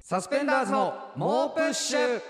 サスペンダーズの猛プッシュ。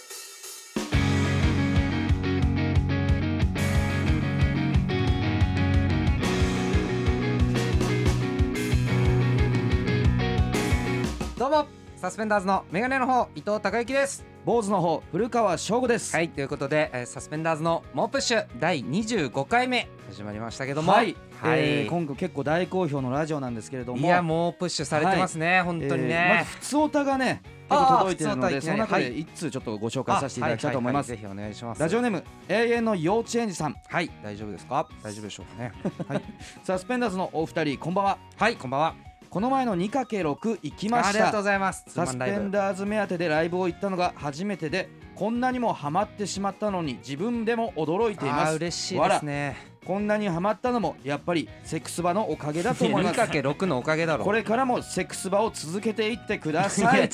どうもサスペンダーズのメガネの方伊藤孝之です。 坊主の方古川翔吾です。 はい、ということで、サスペンダーズの猛プッシュ第25回目始まりましたけども、 はい、今回結構大好評のラジオなんですけれども、 いや猛プッシュされてますね、はい、本当にね。 まず普通オタがね結構届いているので、その中で一通ちょっとご紹介させていただきたいと思います。 ぜひお願いします。 ラジオネーム永遠の幼稚園児さん。 はい、大丈夫ですか？大丈夫でしょうかね。はい、 サスペンダーズのお二人こんばんは。 はい、こんばんは。 この前の 2×6 行きました。 ありがとうございます。 サスペンダーズ目当てでライブを行ったのが初めてで、こんなにもハマってしまったのに自分でも驚いています。 嬉しいですね。 こんなにハマったのもやっぱりセックスバのおかげだと思います。 2×6 のおかげだろ。 これからもセックスバを続けていってください。 違う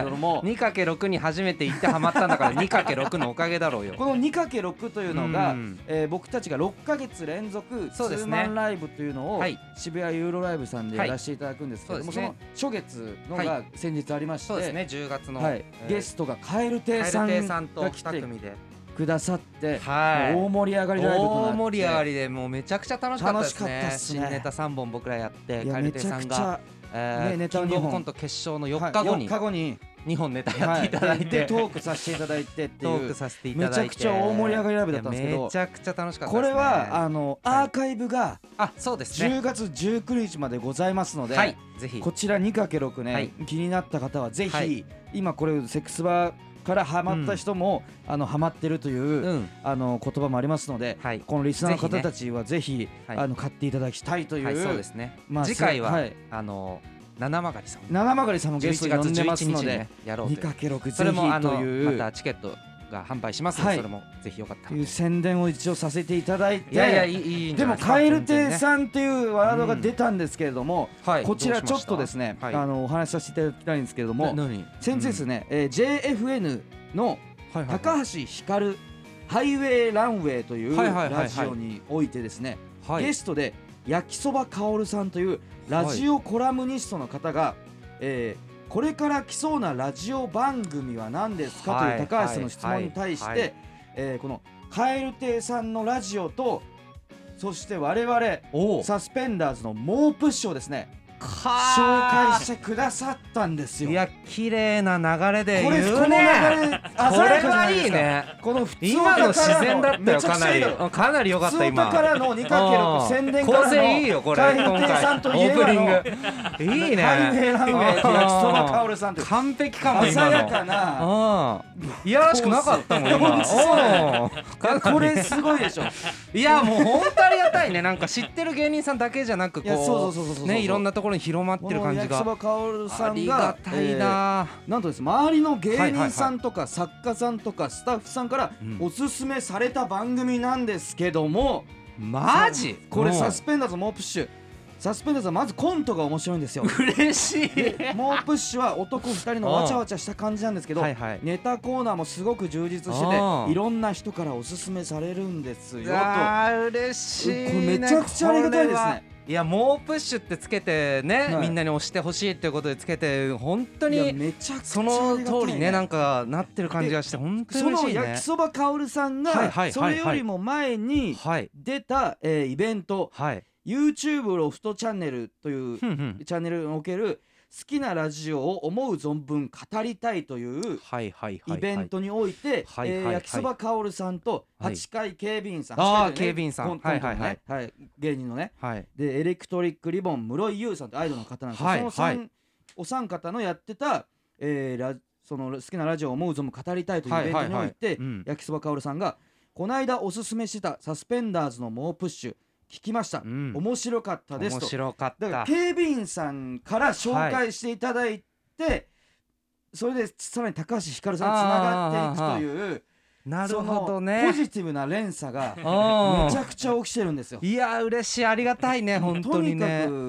2×6 に初めて行ってハマったんだから 2×6 のおかげだろうよ。 この 2×6 というのが、僕たちが6ヶ月連続ツーマンライブというのを、渋谷ユーロライブさんでやらせていただくんですけども、その初月のが先日ありまして、 そうですね、10月の、 ゲストが蛙亭さんが来てくださって、大盛り上がりライブとなって、 大盛り上がりでもうめちゃくちゃ楽しかったですね。新ネタ3本僕らやって、蛙亭さんがネタキングオブコント決勝の4日後に2本ネタやっていただいて、 トークさせていただいてっていう、 トークさせていただいてめちゃくちゃ大盛り上がりライブだったんですけど、 めちゃくちゃ楽しかったですね。 これはアーカイブがそうですね、 10月19日までございますので、ぜひこちら 2×6 ね、気になった方はぜひ、今これセックスバーからハマった人も、ハマってるという、言葉もありますので、このリスナーの方たちはぜひ買っていただきたいという、 そうですね。次回は七曲さんもゲストに呼んでますので、 やろうという 2×6 ぜひそれもという、 またチケットが販売しますので、それもぜひよかったらという宣伝を一応させていただいて、 いいでも蛙亭さんっていうワードが出たんですけれども、こちらちょっとですね、お話しさせていただきたいんですけれども、先日ですね、JFN の高橋ひかるハイウェイランウェイというラジオにおいてですね、ゲストで焼きそばかおるさんというラジオコラムニストの方が、これから来そうなラジオ番組は何ですかという高橋さんの質問に対して、この蛙亭さんのラジオと、そして我々サスペンダーズの猛プッシュをですね紹介してくださったんですよ。 いや綺麗な流れで言うね。 この流れこれはいいね。 この普通今の自然だったよ。かなり良かった今。 普通からの 2×6 宣伝からの構成いいよこれ。 蛙亭さんといえばのオープニングいいね。 ハイウェイランウェイと焼きそばかおるさんという完璧かも今の。 鮮やかな、 いやらしくなかったもん今。 これすごいでしょ。 いやもう本当ありがたいね。なんか知ってる芸人さんだけじゃなく、こうね、いろんなところに広まってる感じが。 焼きそばかおるさんがありがたいな。 なんとですね、周りの芸人さんとか作家さんとかスタッフさんからおすすめされた番組なんですけども、 マジこれサスペンダーズ猛プッシュ。サスペンダーズはまずコントが面白いんですよ。 嬉しい。 猛プッシュは男2人のわちゃわちゃした感じなんですけど、ネタコーナーもすごく充実してて、いろんな人からおすすめされるんですよと。 嬉しいね。 これめちゃくちゃありがたいですね。 いや猛プッシュってつけてね、みんなに押してほしいっていうことでつけて、本当にその通りね、なんかなってる感じがして本当に嬉しいね。 その焼きそばかおるさんがそれよりも前に出たイベント、YouTube ロフトチャンネルというチャンネルにおける好きなラジオを思う存分語りたいというイベントにおいて、焼きそばかおるさんと8階警備員さん、 警備員さん、 芸人のね、でエレクトリックリボン室井優さんとアイドルの方なんですけど、そのお三方のやってたその好きなラジオを思う存分語りたいというイベントにおいて、焼きそばかおるさんがこの間おすすめしてたサスペンダーズの猛プッシュ聞きました、面白かったですと。 面白かった。 だから警備員さんから紹介していただいて、それでさらに高橋ひかるさんにつながっていくという、 なるほどね、 ポジティブな連鎖がめちゃくちゃ起きてるんですよ。 いや嬉しい、ありがたいね本当にね。 とにかく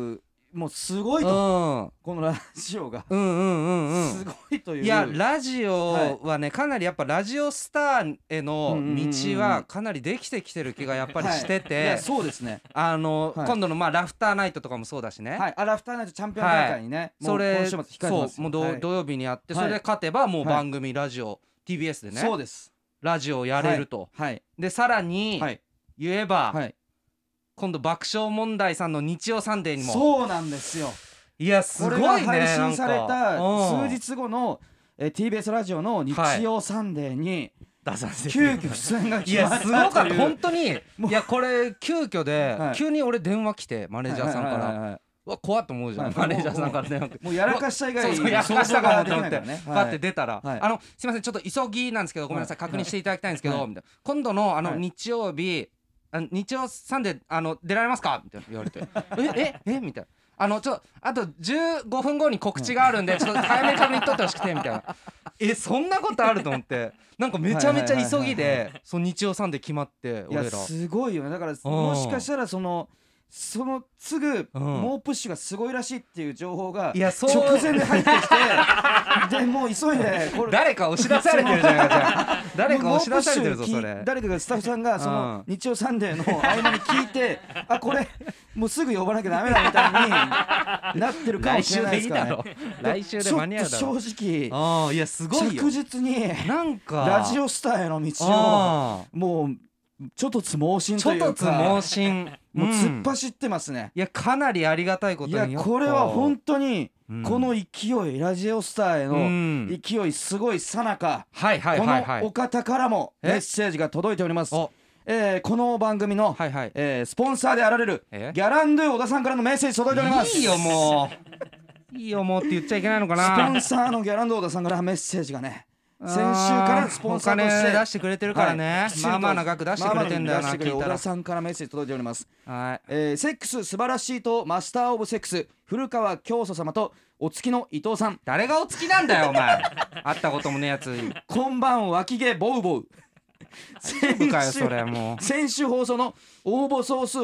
もうすごいと、このラジオがすごいという。 いやラジオはね、かなりやっぱラジオスターへの道はかなりできてきてる気がやっぱりしてて、 そうですね。 今度のラフターナイトとかもそうだしね、 ラフターナイトチャンピオン大会にね、 それ今週末控えてます。 そう、もう土曜日にやって、それで勝てばもう番組ラジオ TBS でね、 そうです、 ラジオやれると。でさらに言えば今度爆笑問題さんの日曜サンデーにも。 そうなんですよ。 いやすごいね。 これが配信された数日後のTBS ラジオの日曜サンデーに出させて急遽出演が決まったという。いやすごかった本当に。いやこれ急遽で急に俺電話来てマネージャーさんからわ怖っと思うじゃん、マネージャーさんから電話来て、もうやらかした以外やらかしたかもと思ってパッて出たら、すいませんちょっと急ぎなんですけどごめんなさい確認していただきたいんですけどみたいな、今度の日曜日日曜サンデー出られますかみたいな言われてえみたいな。あと15分後に告知があるんでちょっと早めに確認取ってほしくてみたいなそんなことあると思って、なんかめちゃめちゃ急ぎでその日曜サンデー決まって、俺ら。いやすごいよね。だからもしかしたらそのすぐ猛プッシュがすごいらしいっていう情報が直前で入ってきて、でもう急いで誰か押し出されてるじゃないか。じゃあ誰か押し出されてるぞそれ。 誰かがスタッフさんがその日曜サンデーの合間に聞いてこれもうすぐ呼ばなきゃダメだみたいになってるかもしれないですからね。 来週で間に合うだろ。 正直いやすごいよ、 着実になんかラジオスターへの道をもうちょっとつ猛進というか、 ちょっとつ猛進もう突っ走ってますね。 いやかなりありがたいことに。 いやこれは本当にこの勢い、ラジオスターへの勢いすごいさなか、このお方からもメッセージが届いております。この番組のスポンサーであられるギャランドゥ小田さんからのメッセージ届いております。 いいよもういいよもうって言っちゃいけないのかな。 スポンサーのギャランドゥ小田さんからメッセージがね、先週からスポンサーとしてお金出してくれてるからね、まあまあな額出してくれてんだよな。聞いたら小田さんからメッセージ届いております。セックス素晴らしいとマスターオブセックス古川教祖様とお月の伊藤さん。 誰がお月なんだよお前会ったこともねえやつ。 こんばん脇毛ボウボウ。先週放送の応募総数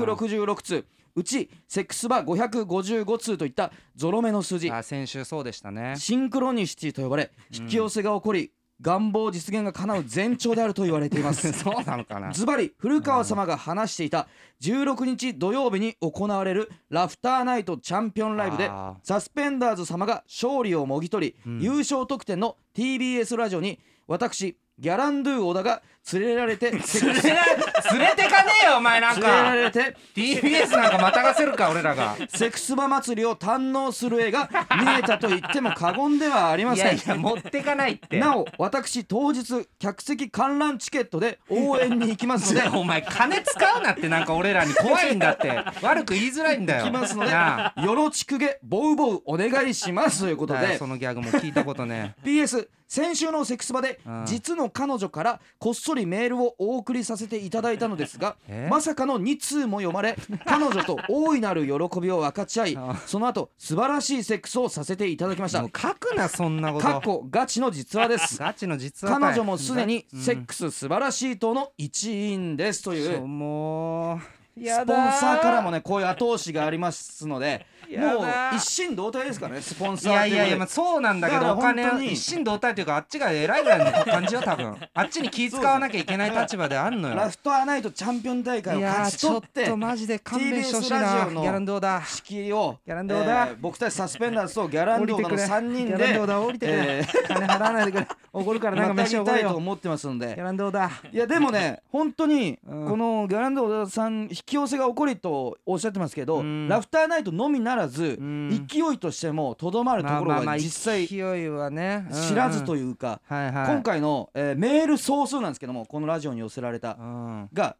666通、うちセックスバ555通といったゾロ目の数字。 先週そうでしたね。 シンクロニシティと呼ばれ引き寄せが起こり、願望実現が叶う前兆であると言われていますそうなのかな。 ズバリ古川様が話していた16日土曜日に行われるラフターナイトチャンピオンライブでサスペンダーズ様が勝利をもぎ取り、優勝得点の TBS ラジオに私ギャランドゥ小田が連れられて連れてかねえよお前。なんか連れられて TBS なんかまたがせるか俺らが。 セクスバ祭りを堪能する絵が見えたと言っても過言ではありません。 いや持ってかないって。 なお私当日客席観覧チケットで応援に行きますのでお前金使うなって。なんか俺らに怖いんだって悪く言いづらいんだよ。 行きますのでよろちくげボウボウお願いしますということで、 そのギャグも聞いたことね。 PS 先週のセクスバで実の彼女からこっそりメールをお送りさせていただいたのですが、まさかの2通も読まれ彼女と大いなる喜びを分かち合いその後素晴らしいセックスをさせていただきました。 もう書くなそんなこと。 かっこガチの実話です。 ガチの実話。 彼女もすでにセックス素晴らしい党の一員ですというもうスポンサーからもねこういう後押しがありますので、もう一心同体ですからねスポンサーっていうので。 いやまあそうなんだけど、お金一心同体というかあっちが偉いぐらいの感じよ多分。あっちに気使わなきゃいけない立場であんのよ。 ラフターナイトチャンピオン大会を勝ち取って、 ちょっとマジで勘弁してほしいな。ギャランドゥだ敷居をギャランドゥだ、 僕たちサスペンダーズとギャランドゥの3人でギャランドゥだ降りてくれ、金払わないでくれ、怒るからなんか飯をまたぎたいと思ってますので。 ギャランドゥだ。 いやでもね本当にこのギャランドゥさん引き寄せが起こりとおっしゃってますけど、ラフターナイトのみならず勢いとしてもとどまるところが実際勢いはね知らずというか、今回のメール総数なんですけどもこのラジオに寄せられたが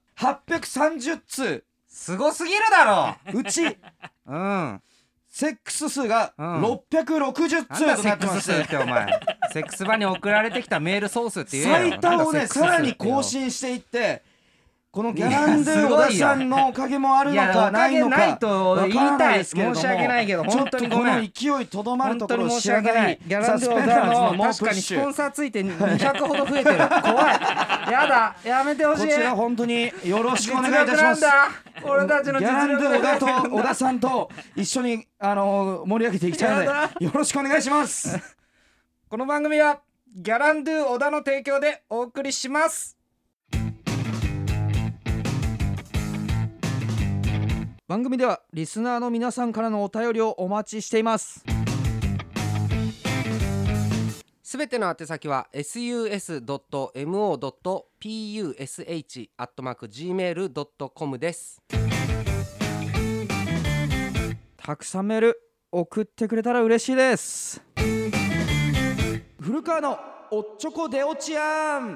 830通。 すごすぎるだろうちセックス数が660通となってます。 セックスバに送られてきたメール総数って言えよ。 最多をねさらに更新していってこのギャランドゥ小田さんのおかげもあるのかないのかないと言いたい。申し訳ないけど本当にごめん。 ちょっとこの勢いとどまるところを申し訳ない。ギャランドゥ小田の確かにスポンサーついて200ほど増えてる。怖い。やだ、やめてほしい。 こちら本当によろしくお願いいたします。 俺たちの実力ギャランドゥ小田と小田さんと一緒に盛り上げていきたいのでよろしくお願いします。 この番組はギャランドゥ小田の提供でお送りします。 番組ではリスナーの皆さんからのお便りをお待ちしています。 すべての宛先は sus.mo.push@gmail.com です。 たくさんメール送ってくれたら嬉しいです。古川のおっちょこでおちやん。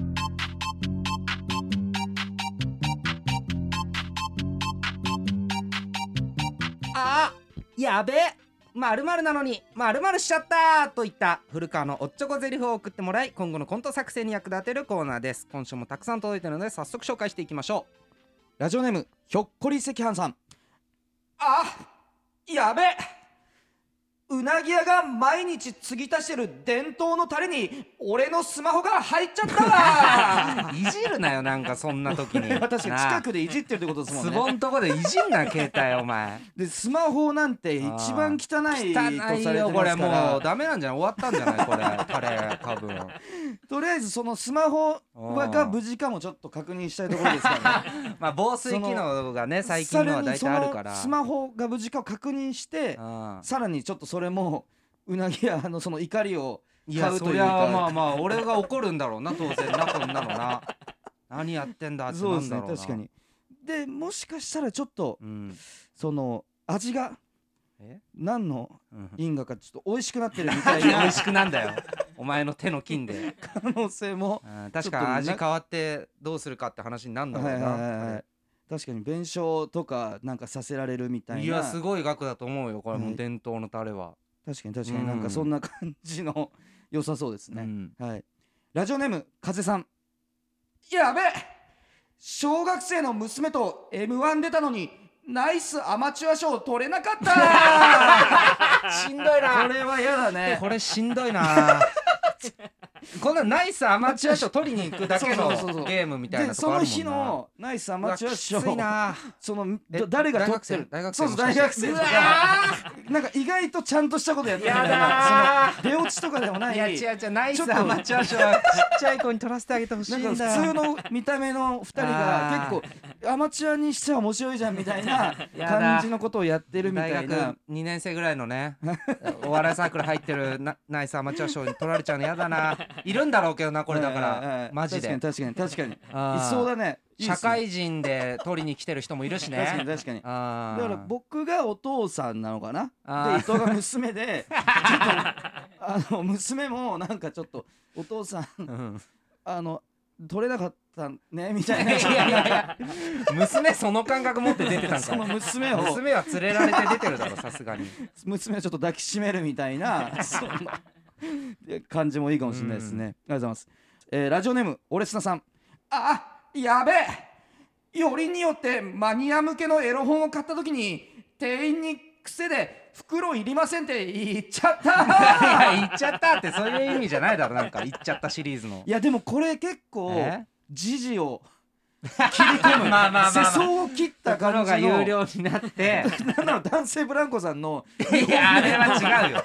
あ、やべえ、〇〇なのに〇〇しちゃったといった古川のおっちょこゼリフを送ってもらい、今後のコント作成に役立てるコーナーです。今週もたくさん届いているので早速紹介していきましょう。ラジオネームひょっこり赤飯さん。あ、やべえ、うなぎ屋が毎日継ぎ足してる伝統のタレに俺のスマホが入っちゃったわいじるなよ、なんかそんな時に確かに近くでいじってるってことですもんね。 ズボンとこでいじんな携帯お前でスマホなんて一番汚いとされてますから。 これもうダメなんじゃない、終わったんじゃないこれタレ多分とりあえずそのスマホが無事かもちょっと確認したいところですからねまあ防水機能がね最近のは大体あるから、 スマホが無事かを確認してさらにちょっとそれもうなぎ屋のその怒りを買うというか。いや、そりゃまあまあ俺が怒るんだろうな当然な、こんなのな何やってんだってなんだろうな。そうですね、確かに。でもしかしたらちょっと、その味が何の因果かちょっと美味しくなってるみたいな美味しくなんだよお前の手の菌で可能性も確か味変わってどうするかって話になるんだろうな。 確かに弁償とかなんかさせられるみたいな。 いやすごい額だと思うよこれも伝統のタレは。 確かになんかそんな感じの良さそうですね。はい。ラジオネーム風さん。やべえ、小学生の娘と M1 出たのにナイスアマチュア賞取れなかったしんどいなこれは嫌だね。 これしんどいなこんなナイスアマチュア賞取りに行くだけのゲームみたいなとこあるもんな。 でその日のナイスアマチュア賞、 きついな。 その誰が取ってる大学生大学生とかなんか意外とちゃんとしたことやってるみたいな、その出落ちとかでもない。 いや違うナイスアマチュア賞はちっちゃい子に取らせてあげてほしいんだよ。 なんか普通の見た目の2人が結構アマチュアにしては面白いじゃんみたいな感じのことをやってるみたいな。 大学2年生ぐらいのねお笑いサークル入ってるナイスアマチュア賞に取られちゃうのやだな。いるんだろうけどなこれだからマジで。 確かにいそうだね。 社会人で取りに来てる人もいるしね。 確かにだから僕がお父さんなのかなで伊藤が娘でちょっと娘もなんかちょっとお父さん取れなかったねみたいな。いや娘その感覚持って出てたんか。 その娘は連れられて出てるだろさすがに。 娘をちょっと抱きしめるみたいなそんな感じもいいかもしれないですね。ありがとうございます。ラジオネームオレスナさん。あ、やべえ、よりによってマニア向けのエロ本を買った時に店員に癖で袋いりませんって言っちゃったいや言っちゃったってそういう意味じゃないだろ。なんか言っちゃったシリーズの。 いやでもこれ結構時事を切り込む世相を切った感じのが有料になってなんだろう男性ブランコさんのいやあれは違うよ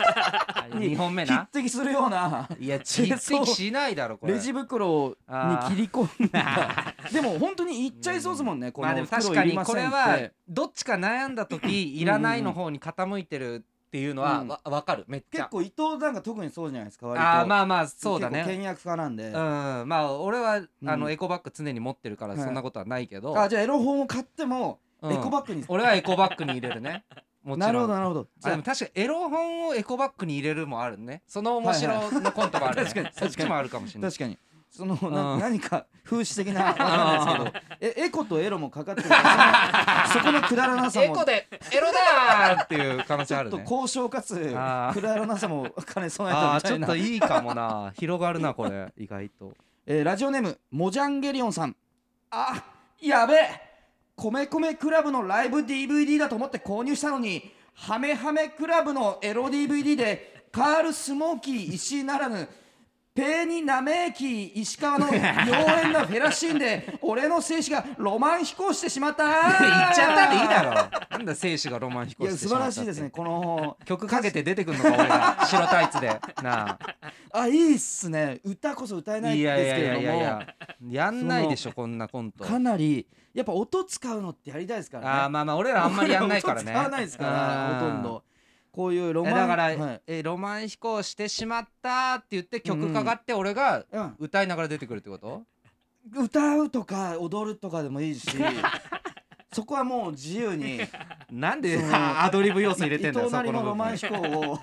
2本目な匹敵するような。 いや匹敵しないだろこれ。 レジ袋に切り込んだでも本当に言っちゃいそうですもんね。このまあでも確かにこれはどっちか悩んだ時いらないの方に傾いてるっていうのは分かる。めっちゃ結構伊藤なんか特にそうじゃないですか。割とまあそうだね。 結構倹約家なんで。 まあ俺はエコバッグ常に持ってるからそんなことはないけど。 じゃあエロ本を買ってもエコバッグに。 俺はエコバッグに入れるね。もちろん。 なるほど。 でも確かにエロ本をエコバッグに入れるもあるね。その面白のコントもあるね。確かにそっちもあるかもしれない。 確かにその何か風刺的なわかんないですけどエコとエロもかかってるからそこのくだらなさもエコでエロだーっていう可能性あるね。 ちょっと交渉かつくだらなさも兼ね備えたみたいな。 ちょっといいかもな。広がるなこれ意外と。 ラジオネームモジャンゲリオンさん。あ、 やべえ、米米クラブのライブ DVD だと思って購入したのに、ハメハメクラブのエロ DVD でカール・スモーキー石井ならぬペーニ・ナメーキー石川の妖艶なフェラシーンで俺の精子がロマン飛行してしまった言っちゃったでいいだろ。なんだ精子がロマン飛行してしまったって。 いや素晴らしいですね。この曲かけて出てくんのか俺が白タイツでなあ。いいっすね。歌こそ歌えないんですけれども、 やんないでしょこんなコント。 かなりやっぱ音使うのってやりたいですからね。 あ、まあ俺らあんまりやんないからね。 音使わないですからほとんど。こういうロマンだから、ロマン飛行してしまったって言って曲かかって俺が歌いながら出てくるってこと、 歌うとか踊るとかでもいいしそこはもう自由に。 なんでアドリブ要素入れてんだよ。 そこのロマン飛行を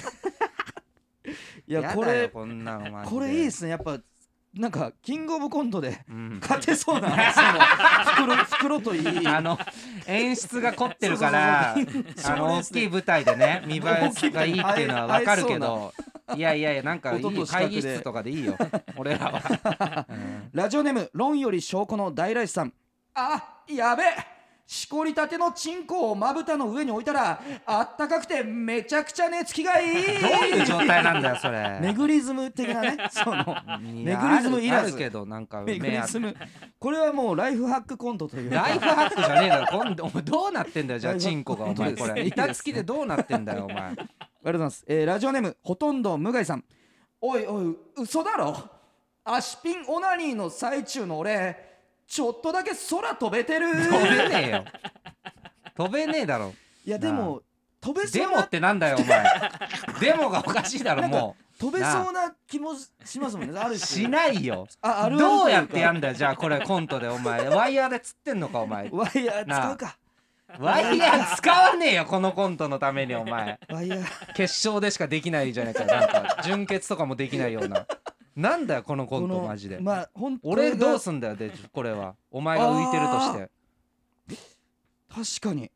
いやこれこれいいですね。やっぱなんかキングオブコントで勝てそうな袋といい演出が凝ってるから大きい舞台でね見栄えがいいっていうのは分かるけど、いやなんかいい会議室とかでいいよ俺らは。 ラジオネーム論より証拠の大来さん。あ、やべえ、しこりたてのチンコをまぶたの上に置いたらあったかくてめちゃくちゃ寝つきがいい。 どういう状態なんだよそれ。 メグリズム的なねそのメグリズムいらず。 あるけどなんかメグリズム、これはもうライフハックコントというライフハックじゃねえだろ。今度お前どうなってんだよじゃあチンコがお前これ板付きでどうなってんだよお前。 ありがとうございます。ラジオネームほとんど無害さん。おいおい嘘だろ、足ピンオナニーの最中の俺ちょっとだけ空飛べてる。 飛べねえよ飛べねえだろ。 いやでも飛べそうな。 デモってなんだよお前デモがおかしいだろ。もう飛べそうな気もしますもんね。あるしないよ。 あるどうやってやんだよじゃあこれコントでお前ワイヤーで釣ってんのかお前。 ワイヤー使うか。 ワイヤー使わねえよこのコントのためにお前。 ワイヤー決勝でしかできないじゃないか。なんか準決とかもできないようななんだよこのコントマジで。 まあ俺どうすんだよでこれはお前が浮いてるとして。 確かに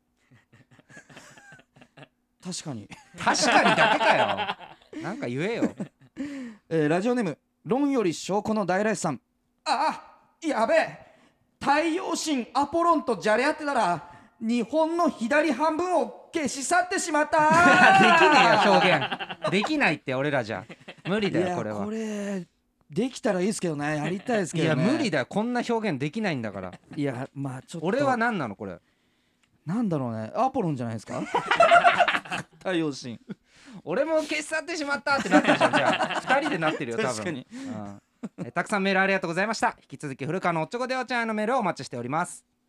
確かにだけかよなんか言えよ。 ラジオネーム論より証拠の大来さん。あ、やべえ、太陽神アポロンとじゃれ合ってたら日本の左半分を消し去ってしまったできねえよ表現できないって俺らじゃ無理だよこれは。 いやこれできたらいいですけどね。やりたいですけどね。 いや無理だよこんな表現できないんだから。 いやまあちょっと俺は何なのこれ。 なんだろうね、アポロンじゃないですか太陽神俺も消し去ってしまったってなってるじゃん。じゃあ2人でなってるよ多分。 確かに、 たくさんメールありがとうございました。引き続き古川のおっちょこでおちゃんへのメールをお待ちしております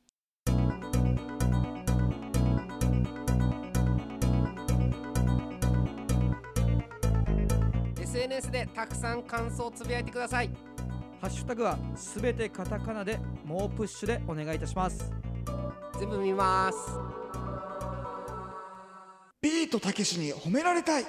。SNS でたくさん感想をつぶやいてください。 ハッシュタグはすべてカタカナで猛プッシュでお願いいたします。 全部見ます。 ビートたけしに褒められたい。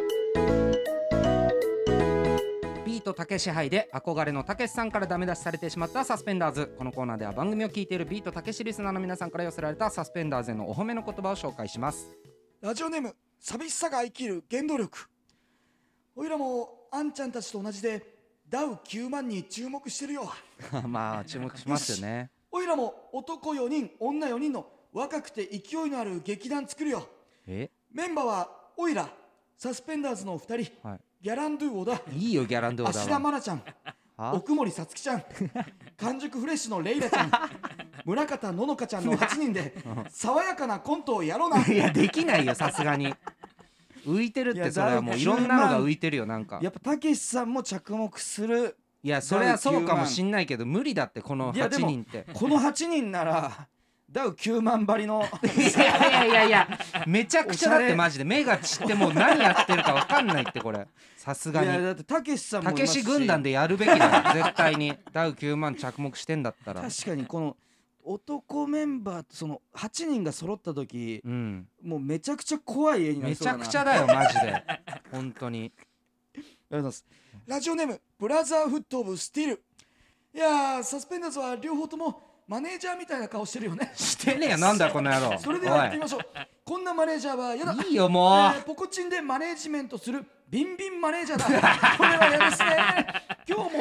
ビートたけし杯で憧れのたけしさんからダメ出しされてしまったサスペンダーズ。このコーナーでは番組を聞いているビートたけしリスナーの皆さんから寄せられたサスペンダーズへのお褒めの言葉を紹介します。 ラジオネーム寂しさが生きる原動力。おいらもあんちゃんたちと同じでダウ9万に注目してるよまあ注目しますよね。 おいらも男4人女4人の若くて勢いのある劇団作るよ。メンバーはおいらサスペンダーズの2人、ギャランドゥ小田、 いいよギャランドゥ小田は、 芦田愛菜ちゃん、奥森さつきちゃん完熟フレッシュのレイラちゃん村方ののかちゃんの8人で爽やかなコントをやろうな。 いやできないよさすがに浮いてるって。それはもういろんなのが浮いてるよ。なんかやっぱたけしさんも着目する。 いやそれはそうかもしんないけど無理だってこの8人って。 この8人ならダウ9万張りのいやめちゃくちゃだってマジで目が散ってもう何やってるか分かんないってこれさすがに。いやだってたけしさんもいますし、 たけし軍団でやるべきだよ絶対に。ダウ9万着目してんだったら。 確かにこの男メンバーとその8人が揃った時、もうめちゃくちゃ怖い絵になりそうだな。 めちゃくちゃだよマジで本当に。 ありがとうございます。ラジオネームブラザーフットオブスティール。いやサスペンダーズは両方ともマネージャーみたいな顔してるよね。 してねえよなんだよこの野郎。 それではやってみましょう。こんなマネージャーはやだ。 いいよもう、 ポコチンでマネージメントするビンビンマネージャーだこれは嫌ですね。今日も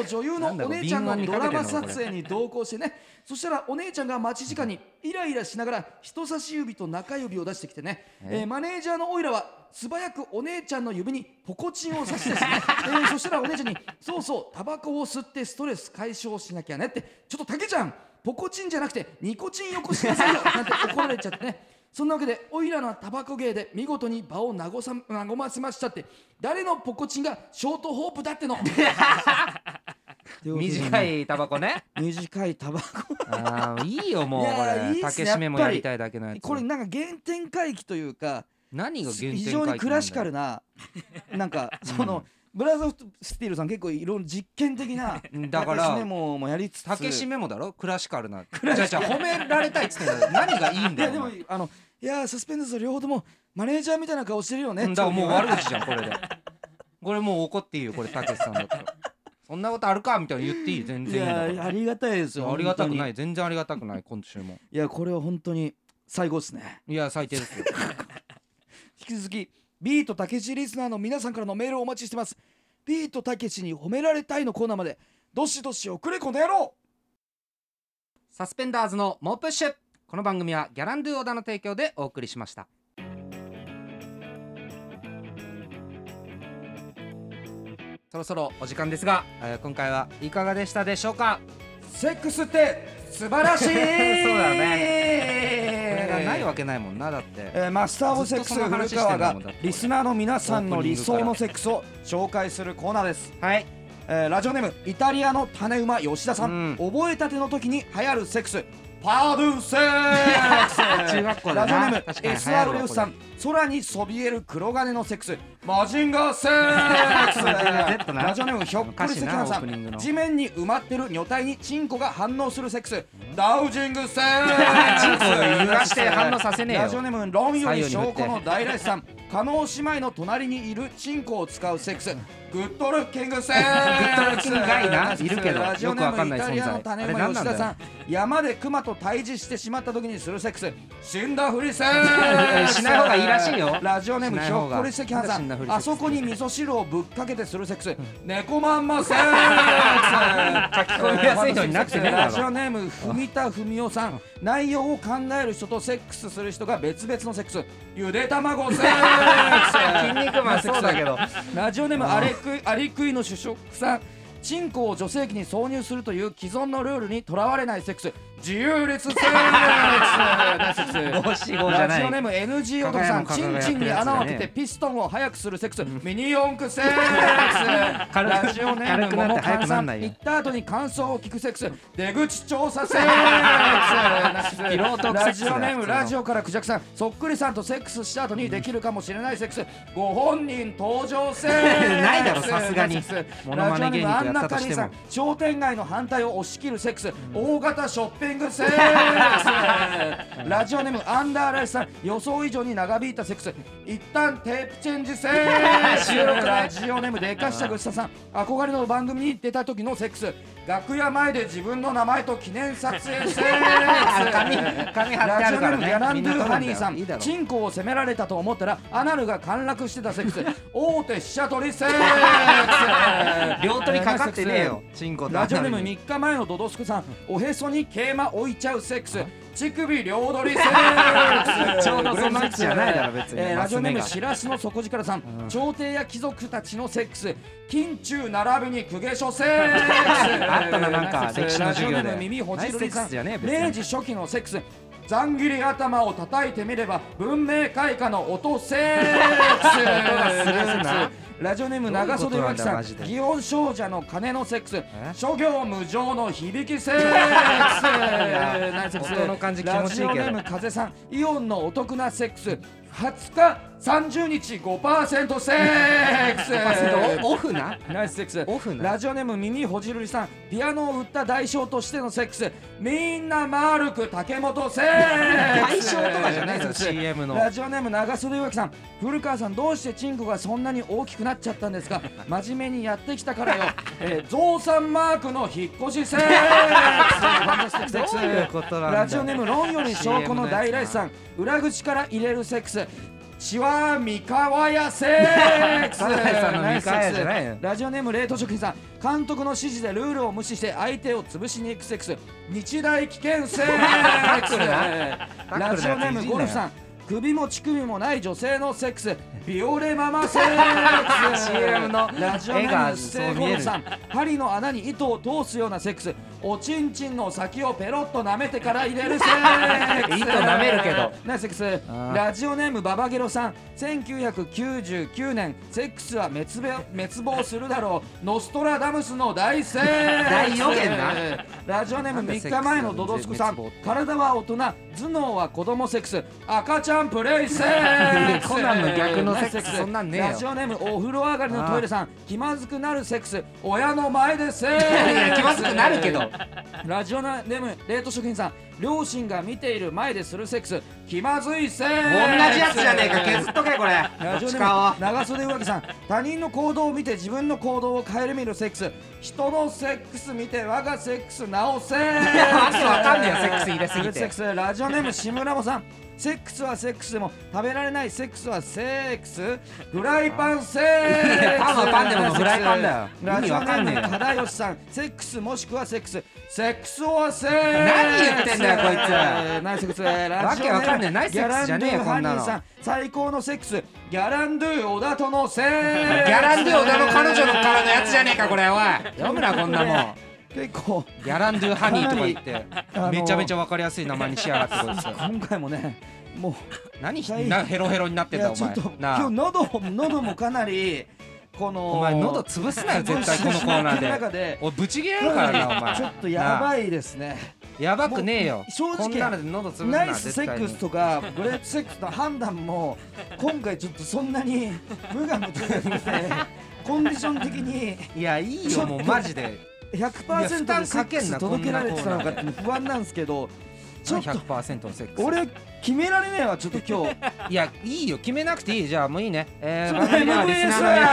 女優のお姉ちゃんのドラマ撮影に同行してね、そしたらお姉ちゃんが待ち時間にイライラしながら人差し指と中指を出してきてね、マネージャーのオイラは素早くお姉ちゃんの指にポコチンを刺してですね、そしたらお姉ちゃんにそうそうタバコを吸ってストレス解消しなきゃねって、ちょっとたけちゃんポコチンじゃなくてニコチンよこしなさいよなんて怒られちゃってね。そんなわけでオイラのタバコ芸で見事に場を和ませましたって、誰のポコチンがショートホープだっての短いタバコね。 短いタバコあいいよもうこれ竹締めもやりたいだけのやつ。 これなんか原点回帰というか、 何が原点回帰非常にクラシカルななんかそのブラザー・オブ・スティールさん結構いろいろ実験的なだから竹締めもやりつつ、 竹締めもだろクラシカルな。じゃあ褒められたいっつって何がいいんだよ。 いやでもいやサスペンダーズ両方ともマネージャーみたいな顔してるよね。 だからもう悪口じゃんこれで。これもう怒っていいよこれたけしさんだったら。そんなことあるかみたいな言っていい。全然いいんだから。 いやありがたいですよ。 ありがたくない、全然ありがたくない。今週もいやこれは本当に最高ですね。 いや最低ですよ。 引き続きビートたけしリスナーの皆さんからのメールをお待ちしてます。ビートたけしに褒められたいのコーナーまでどしどし送れこの野郎。 サスペンダーズの猛プッシュ。この番組はギャランドゥ小田の提供でお送りしました。そろそろお時間ですが、今回はいかがでしたでしょうか。 セックスって素晴らしいそうだね。これがないわけないもんな。だって、 マスター・オブ・セックス古川がリスナーの皆さんの理想のセックスを紹介するコーナーです。 はい、 ラジオネームイタリアの種馬吉田さん、覚えたての時に流行るセックスパードゥセックス中学校だな。 ラジオネーム SR レオスさん、空にそびえる黒金のセックスマジンガーセックスラジオネームひょっこり関原さん、地面に埋まってる女体にチンコが反応するセックスダウジングセックスチンコを揺らして反応させねえよ。 ラジオネーム論より証拠の大来さん、加納姉妹の隣にいるチンコを使うセックスグッドルッキングセックスグッドルッキングがいないるけどラジオネよくわかんないームイタリアの種馬吉田さん、山でクマと対峙してしまった時にするセックス死んだふりセックスしない方がいいらしいよ。 ラジオネームひょっこり関原さん、あそこに味噌汁をぶっかけてするセックス猫まんまセックス書き込みやすいのになってねえだろ。 ラジオネーム文田文夫さん、内容を考える人とセックスする人が別々のセックスゆで卵セックス筋肉マンそうだけど。 ラジオネームアリクイの主食さん、チンコを女性器に挿入するという既存のルールにとらわれないセックス自由列セックスじゃない。 ラジオネーム NG 男さん、チンチンに穴を開けてピストンを速くするセックスミニ四駆セックスラジオネーム桃缶さん、行った後に感想を聞くセックス出口調査セックスラジオネームラジオからクジャクさん、そっくりさんとセックスした後にできるかもしれないセックスご本人登場セックスないだろさすがに。モノマネ芸人とやったとしても。 商店街の反対を押し切るセックス大型ショッピングセックスラジオネームアンダーライスさん、予想以上に長引いたセックス一旦テープチェンジセックスラジオネームでかしたぐしたさん、憧れの番組に出た時のセックス楽屋前で自分の名前と記念撮影セックス紙貼ってあるからね。 ラジオネームギャランドゥハニーさん、チンコを責められたと思ったらアナルが陥落してたセックス大手飛車取りセックス両取りかかってねえよチンコと。 ラジオネーム3日前のドドスクさん、おへそに桂馬置いちゃうセックス乳首両取りセックスちょうどその位置じゃないだろ別に。 ラジオネームしらすの底力さん、朝廷や貴族たちのセックス近中並びに公家書セックスあったな、なんか歴史の授業で。 ラジオネーム耳ほじるりさん、明治初期のセックスざん切り頭を叩いてみれば文明開化の音セックスラジオネーム長袖脇さん、祇園少女の鐘のセックス諸行無常の響きセックス音の感じ気持ちいいけど。 ラジオネーム風さん、イオンのお得なセックス20日30日 5% セックスオフなナイスセックスオフな。 ラジオネーム耳ほじるりさん、ピアノを売った代償としてのセックスみんな丸く竹本セックス代償とかじゃないですよ CM の。 ラジオネーム長袖岩木さん、古川さんどうしてチンコがそんなに大きくなっちゃったんですか真面目にやってきたからよ増産マークの引っ越しセックスどういうことなんだ。 ラジオネーム論より証拠の大来さん、裏口から入れるセックスちは三河屋セックスラジオネーム冷凍食品さん、監督の指示でルールを無視して相手を潰しに行くセックス、日大危険セックスラジオネームゴルフさん、首も乳首もない女性のセックス、ビオレママセックス CM のラジオネームステイゴルフさん、針の穴に糸を通すようなセックス、おちんちんの先をペロッと舐めてから入れるセックス糸舐めるけどねセックスラジオネームババゲロさん、1999年セックスは滅亡するだろう、ノストラダムスの大セックス大予言なラジオネーム3日前のドドスクさん、体は大人頭脳は子供セックス、赤ちゃんプレイセックスコナンの逆のセックス、そんなんねえよ。 ラジオネームお風呂上がりのトイレさん、気まずくなるセックス、親の前でセックスいや気まずくなるけどラジオネーム冷凍食品さん、両親が見ている前でするセックス、気まずいセックス同じやつじゃねえか、削っとけこれ。 ラジオネーム長袖上着さん、他人の行動を見て自分の行動を顧みるセックス、人のセックス見て我がセックス直せわけわかんねえよセックス入れすぎて。 セックスラジオネーム志村もさん、セックスはセックスでも食べられないセックスはセックス、フライパンセックスパンはパンでもフライパンだよ。 ラジオネーム片吉さん、セックスもしくはセックス、セックスはセックス、 何言ってんだよこいつ。 ナイスセックスわけわかんねえ、ナイスセックスじゃねえよこんなの。 最高のセックス、ギャランドゥ小田とのセックス、 ギャランドゥ小田の彼女のからのやつじゃねえかこれ。おい読むなこんなもん。 結構ギャランドゥハニーとか言ってめちゃめちゃわかりやすい名前にしやがってこいつ。 今回もねもう何ヘロヘロになってんだお前。 今日喉もかなりこのお前喉潰すなよ絶対このコーナーで。おいブチギレるからなお前。 ちょっとやばいですね。 やばくねえよ正直。 こんなので喉潰すなナイスセックスとかグレートセックスの判断も今回ちょっとそんなに無我夢中でコンディション的にいやいいよもうマジで 100% でセックス届けられてたのかって不安なんですけど、 ちょっと 100% のセックス俺決められねえわちょっと今日。 いやいいよ決めなくていい。じゃあもういいね。 番組ではリス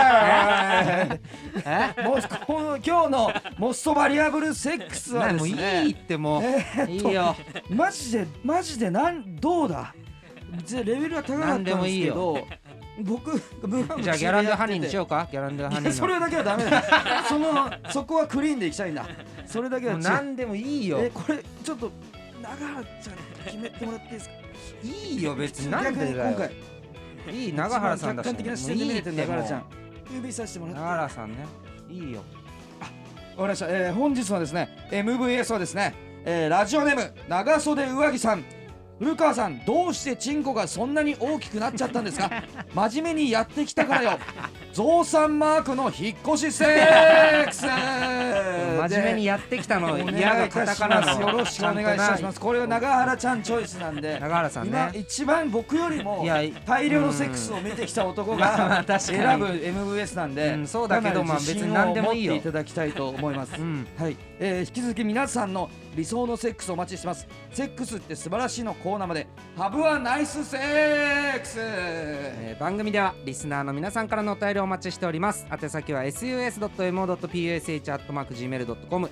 ナーの今日のモストバリアブルセックスはですね、 もういいってもういいよマジでどうだ、レベルは高かったんですけど、僕じゃあギャランドゥハニーにしようか。ギャランドゥハニーのそれだけはダメだそこはクリーンでいきたいんだ。それだけは何でもいいよ。 これちょっと永原ちゃん決めてもらっていいですか。 いいよ別に。なんでだよ。 今回いい永原さんだし。 客観的な視点で見れてる永原ちゃん指さしてもらって。 永原さんねいいよ。 あ、わかりました。本日のですね MVS はですね、ラジオネーム長袖上着さん、古川さんどうしてチンコがそんなに大きくなっちゃったんですか。真面目にやってきたからよ。増産マークの引っ越しセックス。 真面目にやってきたの嫌がカタカナの。 よろしくお願いします。これは永原ちゃんチョイスなんで。 永原さんね今一番僕よりも大量のセックスを見てきた男が選ぶ MVS なんで、 そうだけどまあ別に何でもいいよ。 いただきたいと思います。はい、引き続き皆さんの理想のセックスをお待ちしてます。セックスって素晴らしいのコーナーまでハブはナイスセックス。 番組ではリスナーの皆さんからのお便りをお待ちしております。宛先は sus.mo.psh@gmail.com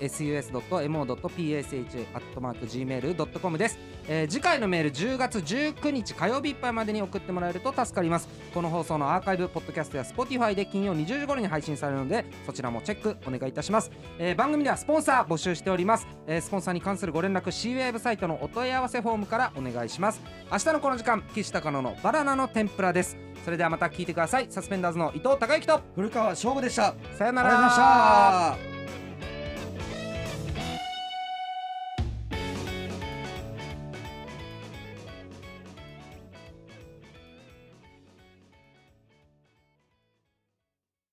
sus.mo.psh@gmail.com です。次回のメール10月19日火曜日いっぱいまでに送ってもらえると助かります。この放送のアーカイブポッドキャストや Spotify で金曜20時頃に配信されるのでそちらもチェックお願いいたします。番組ではスポンサー募集しております。スポンサーに関するご連絡 C-Wave サイトのお問い合わせフォームからお願いします。明日のこの時間岸高野のバナナの天ぷらです。それではまた聞いてください。サスペンダーズの伊藤孝之と古川翔吾でした。 さよなら。 ありがとうございました。